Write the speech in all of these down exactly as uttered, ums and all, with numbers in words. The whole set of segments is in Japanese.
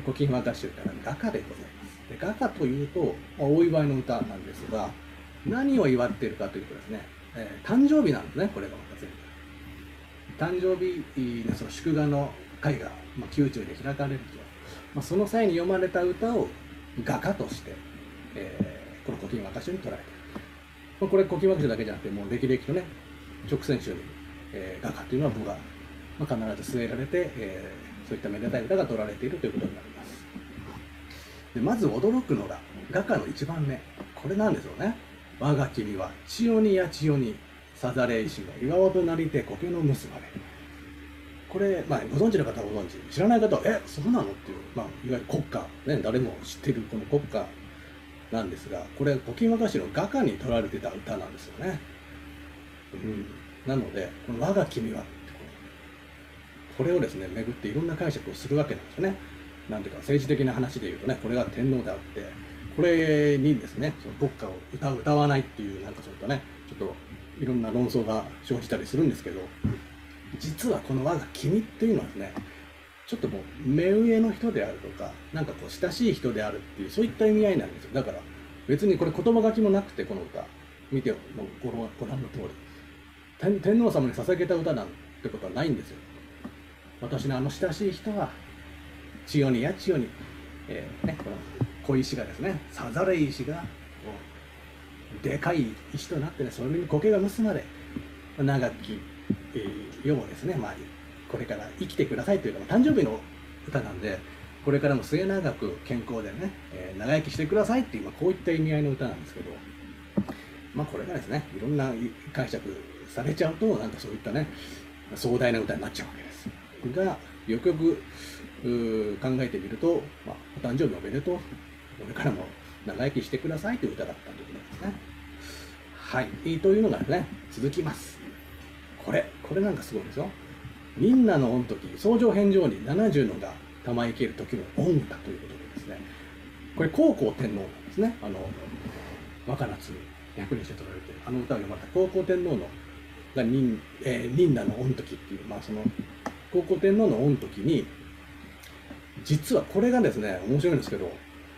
古今和歌集から画家でございます。で画家というと、まあ、お祝いの歌なんですが、何を祝っているかというとですね、えー、誕生日なんですね、これがまた全部。誕生日のその祝賀の会が、まあ、宮中で開かれると、まあ、その際に読まれた歌を画家として、えー、この古今和歌集に捉えている。まあ、これ古今和歌集だけじゃなくて、もう歴々とね、直線集に、えー、画家というのは部が、まあ、必ず据えられて、えー、そういっためでたい歌が取られているということになります。でまず驚くのが画家の一番目、これなんですよね。我が君は千代にや千代にさざれ石が岩尾となりて苔の結ばれ。これ、まあ、ご存知の方はご存知、知らない方はえそうなのっていう、まあ、いわゆる国歌、ね、誰も知ってるこの国歌なんですが、これ古今和歌集の画家に取られてた歌なんですよね。うん、なのでこの我が君はってこれをですね巡っていろんな解釈をするわけなんですよね。なんていうか政治的な話でいうとね、これが天皇であって、これにですねその国歌を歌う歌わないっていう、なんかそういったねちょっといろんな論争が生じたりするんですけど、実はこの我が君っていうのはですね、ちょっともう目上の人であるとか、なんかこう親しい人であるっていう、そういった意味合いなんですよ。だから別にこれ言葉書きもなくて、この歌見てもご覧の通り天, 天皇様に捧げた歌なんてことはないんですよ。私のあの親しい人は千代にや千代に、えーね、この小石がですね、さざれ石がこうでかい石となってね、それに苔が結まれ、長き、えー、世もですね、まあ、これから生きてくださいというのが誕生日の歌なんで、これからも末永く健康でね、えー、長生きしてくださいっていう、まあ、こういった意味合いの歌なんですけど、まあこれがですね、いろんな解釈されちゃうと、なんかそういったね、壮大な歌になっちゃうわけです。が、よくよく考えてみると、まあ、お誕生日おめでとう。これからも長生きしてくださいという歌だったということですね。はい。というのがね、続きます。これ、これなんかすごいですよ。みんなの御時、草上返上にななじゅうのが玉生ける時の御歌ということでですね、これ、光光天皇なんですね。あの、若夏に役にして取られて、あの歌を読まれた光光天皇のが仁、えー、仁那の御時っていう、まあその、光光天皇の御時に、実はこれがですね、面白いんですけど、はい、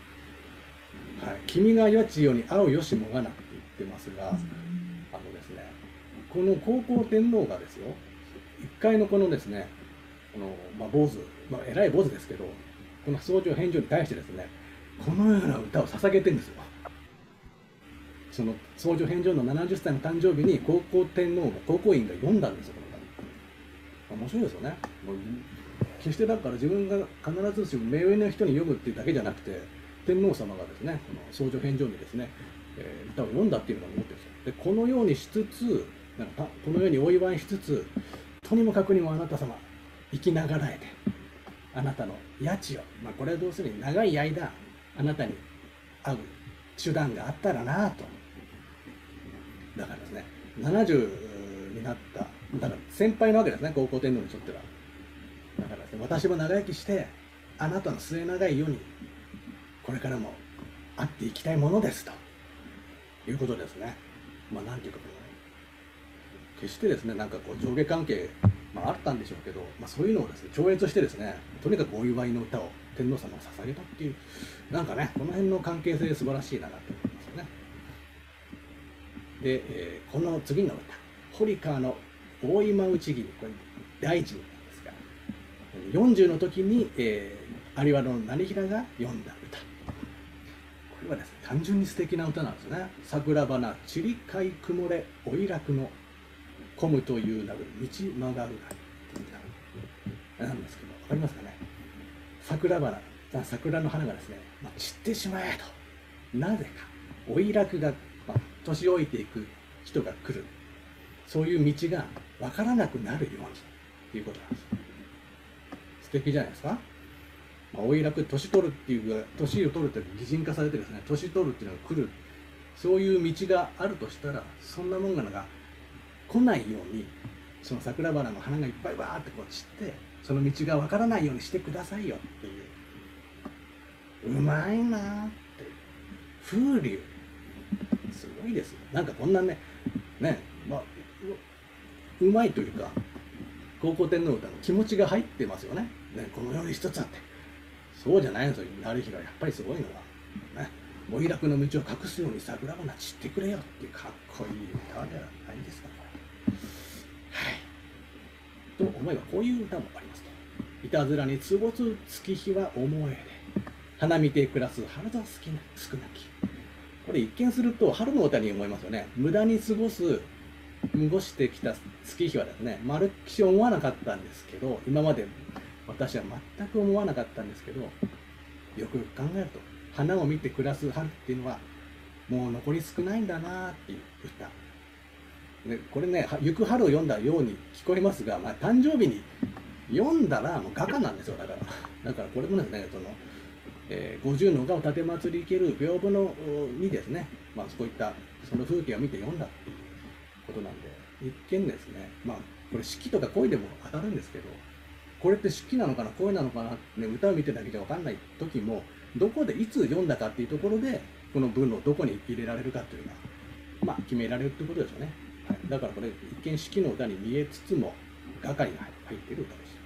君がやちよに会うよしもがなって言ってますが、あのですね、この光光天皇がですよ、一回のこのですね、この、まあ、坊主、まあ、偉い坊主ですけど、この草上返上に対してですね、このような歌を捧げてるんですよ。その草上返上のななじゅっさいの誕生日に光光天皇が、光光院が読んだんですよ、この歌。面白いですよね。もう決してだから自分が必ずしも目上の人に読むっていうだけじゃなくて、天皇様がですね、この草上返上にですね、えー、歌を読んだっていうのが思ってるんですよ。で、このようにしつつ、なんかこのようにお祝いしつつ、とにもかくにもあなた様、生きながらえて、あなたの家賃を、まあこれはどうするに長い間、あなたに会う手段があったらなぁと。だからですね、ななじゅうになった、だから先輩なわけですね、光光天皇にとっては。だからですね、私も長生きして、あなたの末長い世に、これからも会っていきたいものですということですね。まあなんていうか、決してですね、なんかこう上下関係、まあ、あったんでしょうけど、まあ、そういうのをですね、超越してですね、とにかくお祝いの歌を天皇様を捧げたっていう、なんかね、この辺の関係性素晴らしいなと思いますよね。で、えー、この次の歌、堀川の大今内君、これ大臣なんですが、よんじゅうの時に、えー、有羽の業平が詠んだ歌。これはですね、単純に素敵な歌なんですね。桜花散り交い曇れおいらくの混むというなる道曲がるがいなんですけど、わかりますかね。桜花、桜の花がですね、まあ、散ってしまえと。なぜか、おいらくが、まあ、年老いていく人が来る。そういう道がわからなくなるようにということなんです。素敵じゃないですか。まあ、おいらく、年取るっていうか、年を取るって擬人化されてですね、年取るっていうのが来る。そういう道があるとしたら、そんなもんがなんか来ないように、その桜花の花がいっぱいわーってこう散って、その道がわからないようにしてくださいよっていう。うまいなーって。風流。すごいですよ。なんかこんなね、ね、まあ、うまいというか、光光天皇歌の気持ちが入ってますよね。ね、このように一つあって。 そうじゃないんですよ、成日がやっぱりすごいのは、ね、おいらくの道を隠すように桜花散ってくれよっていうかっこいい歌ではないですか、はい。と思えばこういう歌もありますと。いたずらにつぼつ月日は思えで、花見て暮らす春の好きな少なき。これ一見すると春の歌に思いますよね。無駄に過ごす、過ごしてきた月日はですね、まるっきし思わなかったんですけど、今まで私は全く思わなかったんですけど、よくよく考えると、花を見て暮らす春っていうのは、もう残り少ないんだなっていう歌。でこれね、行く春を読んだように聞こえますが、まあ、誕生日に読んだらもう画家なんですよ、だから。だからこれもですね、その、えー、五十の丘を立て祭り行ける屏風のにですね、まあ、そういったその風景を見て読んだっていうことなんで、一見ですね、まあ、これ四季とか恋でも当たるんですけど、これって四季なのかな、恋なのかなって、ね、歌を見てるだけじゃ分かんない時も、どこでいつ読んだかっていうところで、この文をどこに入れられるかっていうのが、まあ、決められるってことでしょうね。はい、だからこれ、一見四季の歌に見えつつも、画家に入っている歌でした。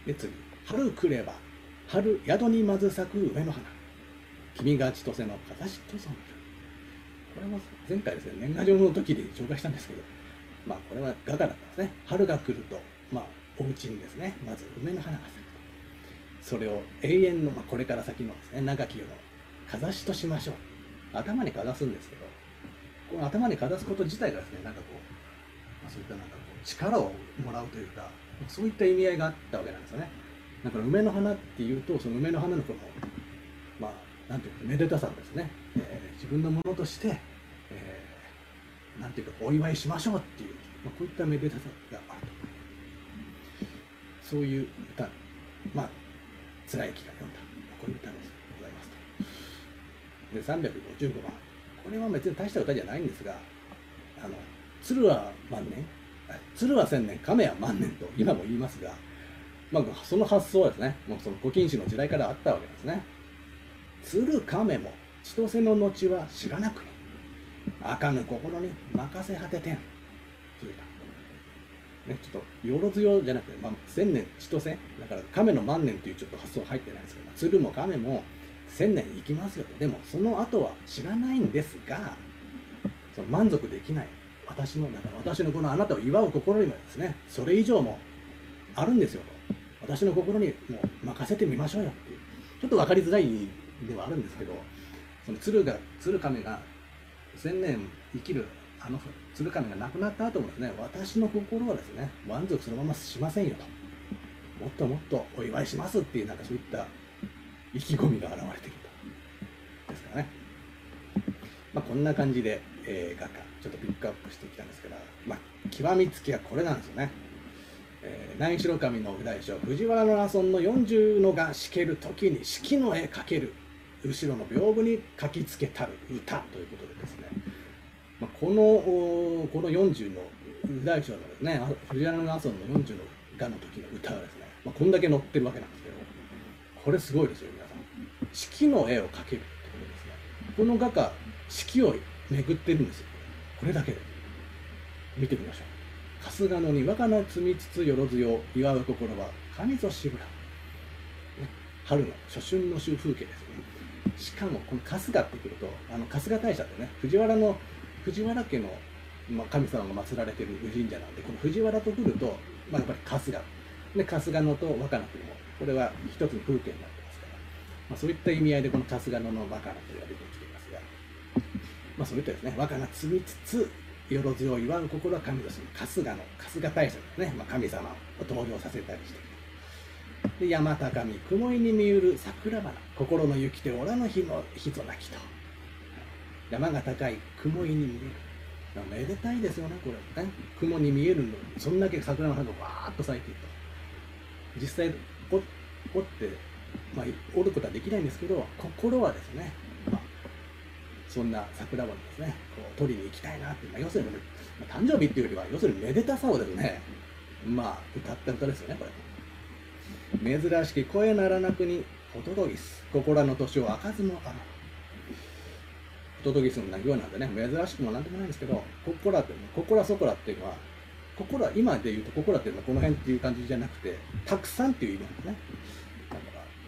で、次。春来れば、春宿にまず咲く梅の花。君が千歳の風しと染める。これも前回ですね、年賀状の時に紹介したんですけど、まあこれは画家だったんですね。春が来ると、まあお家にですね、まず梅の花が咲くと。それを永遠の、まあ、これから先のですね、長き世の風しとしましょう。頭にかざすんですけど、この頭にかざすこと自体がですね、なんかこう、まあ、そういったなんかこう力をもらうというか、そういった意味合いがあったわけなんですよね。だから梅の花っていうと、その梅の花のこの、まあ、なんていうか、めでたさをですね、えー、自分のものとして、えー、なんていうか、お祝いしましょうっていう、まあ、こういっためでたさがあると。そういう歌、まあ、貫之が読んだ、こういう歌でございますと。で、さんびゃくごじゅうごばん。これは別に大した歌じゃないんですが、あの、鶴は万年、鶴は千年、亀は万年と今も言いますが、まあ、その発想はですね、もうその古今史の時代からあったわけですね。鶴亀も千歳の後は知らなくに、あかぬ心に任せ果ててん。というか、ね、ちょっとよろずよじゃなくて、まあ、千年千歳、だから亀の万年というちょっと発想入ってないんですけど、鶴も亀も千年生きますよと。でもその後は知らないんですが、その満足できない私の、だから私のこのあなたを祝う心にもですね、それ以上もあるんですよと。私の心にもう任せてみましょうよっていう、ちょっと分かりづらいではあるんですけど、その鶴が、鶴亀が千年生きるあの鶴亀が亡くなった後もですね、私の心はですね、満足そのまましませんよと。もっともっとお祝いしますっていう、なんかそういった意気込みが現れていると。ですからね。まあこんな感じで、えー、画家、ちょっとピックアップしてきたんですけど、まあ極めつきはこれなんですよね。えー、南城神の右大将藤原の阿尊のよんじゅうのがしける時に四季の絵描ける後ろの屏風に書きつけたる歌ということでですね、まあ、このこのよんじゅうの右大将のですね、藤原の阿尊のよんじゅうのがの時の歌がですね、まあ、こんだけ載ってるわけなんですけど、これすごいですよ皆さん。四季の絵を描けるってことですね。この画家四季を巡ってるんですよ。これだけで見てみましょう。春日野に若菜摘みつつよろずよ祝う心は神ぞしぶら、ね、春の初春の風景ですよね。しかもこの春日ってくると、あの春日大社ってね、藤原の藤原家の、まあ、神様が祀られている神社なんで、この藤原と来ると、まあ、やっぱり春日で、春日野と若菜というのもこれは一つの風景になってますから、まあ、そういった意味合いでこの春日野の若菜というのが出てきていますが、まあ、そういったですね、若菜摘みつつよろずを祝う心は神とする春日の春日大社ですね、まあ、神様を登場させたりして、で山高み雲井に見ゆる桜花、心の行きておらぬ日の日ぞなきと。山が高い雲井に見える、まあ、めでたいですよね、これね。雲に見えるのにそんだけ桜の花がわーっと咲いていると。実際ここって、まあ、おることはできないんですけど、心はですね、まあそんな桜花ですね、こう取りに行きたいなって、まあ、要するに、まあ、誕生日っていうよりは、要するにめでたさをですね、まあ、歌った歌ですよね、これ。珍しき声ならなくに、ホトトギス、心の年を開かずもあら。ホトトギスの鳴き声なんでね、珍しくもなんでもないんですけど、ここらって、ここらそこらっていうのは、ここら、今で言うとここらっていうのはこの辺っていう感じじゃなくて、たくさんっていう意味なんですね。だから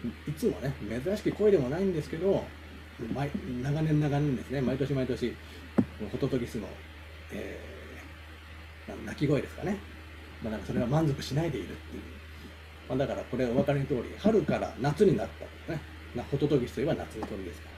いつもね珍しき声でもないんですけど、毎長年長年ですね、毎年毎年ホトトギスの、えー、鳴き声ですかね、まあ、なんかそれは満足しないでいるっていう、まあ、だからこれお分かりの通り春から夏になったんですね。ホトトギスといえば夏の鳥ですから。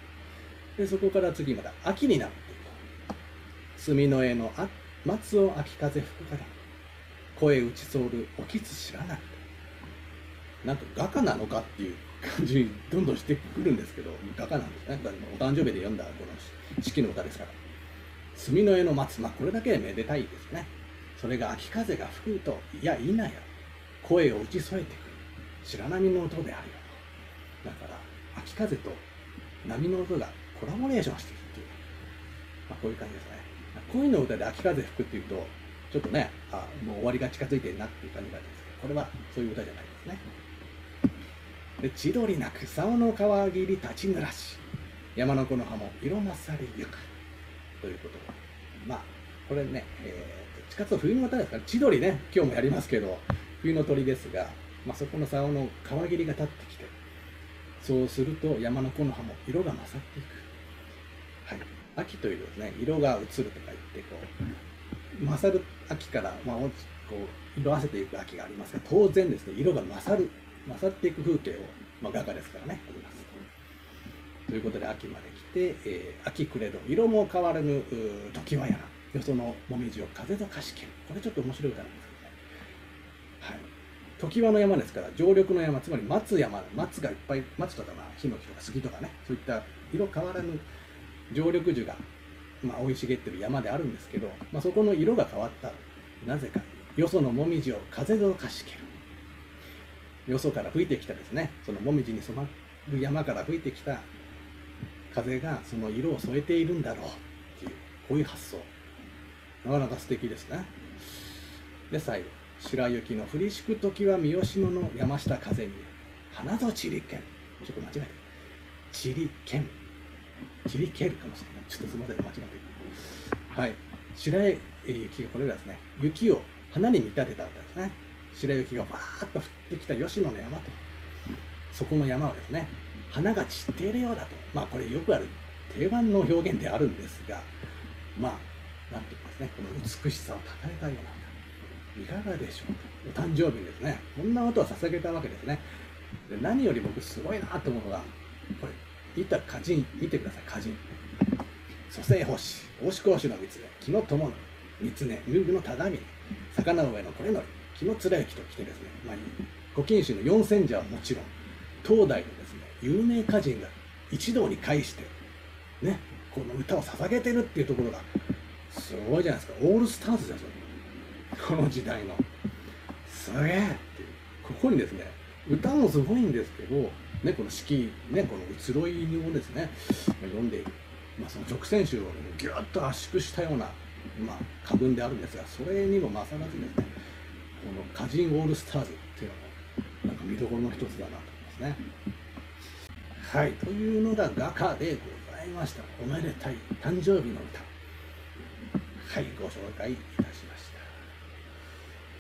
でそこから次また秋になっていく。墨の絵のあ松を秋風吹くから声打ちそうるおきつ知らなくて、なんか画家なのかっていう感じどんどんしてくるんですけど、画家なんですね。お誕生日で読んだこの四季の歌ですから。墨の絵の松、まあこれだけでめでたいですね。それが秋風が吹くといやいなや声を打ち添えてくる白波の音であるよ。だから秋風と波の音がコラボレーションしているっていう、まあ、こういう感じですね。恋の歌で秋風吹くっていうとちょっとね、あもう終わりが近づいてるなっていう感じがあるんですけど、これはそういう歌じゃないですね。で千鳥な草尾の川霧立ちぬらし山の子の葉も色まさりゆくということで、まあこれね、えー、どっちかというと冬の歌ですから、千鳥ね今日もやりますけど冬の鳥ですが、まあ、そこの竿の川霧が立ってきて、そうすると山の木の葉も色が勝っていく。はい、秋というですね、色が移るとか言ってこう勝る秋から、まあ、こう色あせていく秋がありますが、当然ですね色が勝る勝っていく風景を、まあ、画家ですからねあります。ということで秋まで来て、えー、秋くれど色も変わらぬ時はやらよそのもみじを風とかしける。これちょっと面白い歌なんですけどね。はい、常盤の山ですから、常緑の山、つまり松山、松がいっぱい、松とか、まあ、ヒノキとか杉とかね、そういった色変わらぬ常緑樹が、まあ、生い茂ってる山であるんですけど、まあ、そこの色が変わった。なぜか、よそのもみじを風どかしける。よそから吹いてきたですね、そのもみじに染まる山から吹いてきた風がその色を添えているんだろうっていう、こういう発想。なかなか素敵ですね。で、最後。白雪の降りしく時は三好野の山下風に花ぞちりけん。ちょっと間違えてちりけんちりけるかもしれない。ちょっとすみません、間違えてはい。白雪がこれがですね、雪を花に見立てたわけですね。白雪がバーッと降ってきた吉野の山と、そこの山はですね、花が散っているようだと。まあこれよくある定番の表現であるんですが、まあなんて言いますね、この美しさをたたえたような、いかがでしょうか。お誕生日ですね。こんな音を捧げたわけですね。で何より僕すごいなと思うのが、これ、いた歌人、見てください、歌人。蘇生星、大志講師の三つ木の友の三つ根、ムーグの忠峰、魚上のこれのり、木の貫之と来てですね、まあ、古今集の四千社はもちろん、当代のですね、有名歌人が一堂に会して、ね、この歌を捧げてるっていうところが、すごいじゃないですか。オールスターズですよ。この時代の。すげえっていう。ここにですね、歌もすごいんですけど、ね、この四季、ね、この移ろいをですね、読んでいる。まあ、その直線集を、ね、ぎゅっと圧縮したような、まあ、歌文であるんですが、それにも勝らずですね、この歌人オールスターズっていうのも、なんか見どころの一つだなと思いますね。はい、というのが画家でございました。おめでたい誕生日の歌。はい、ご紹介いたしました。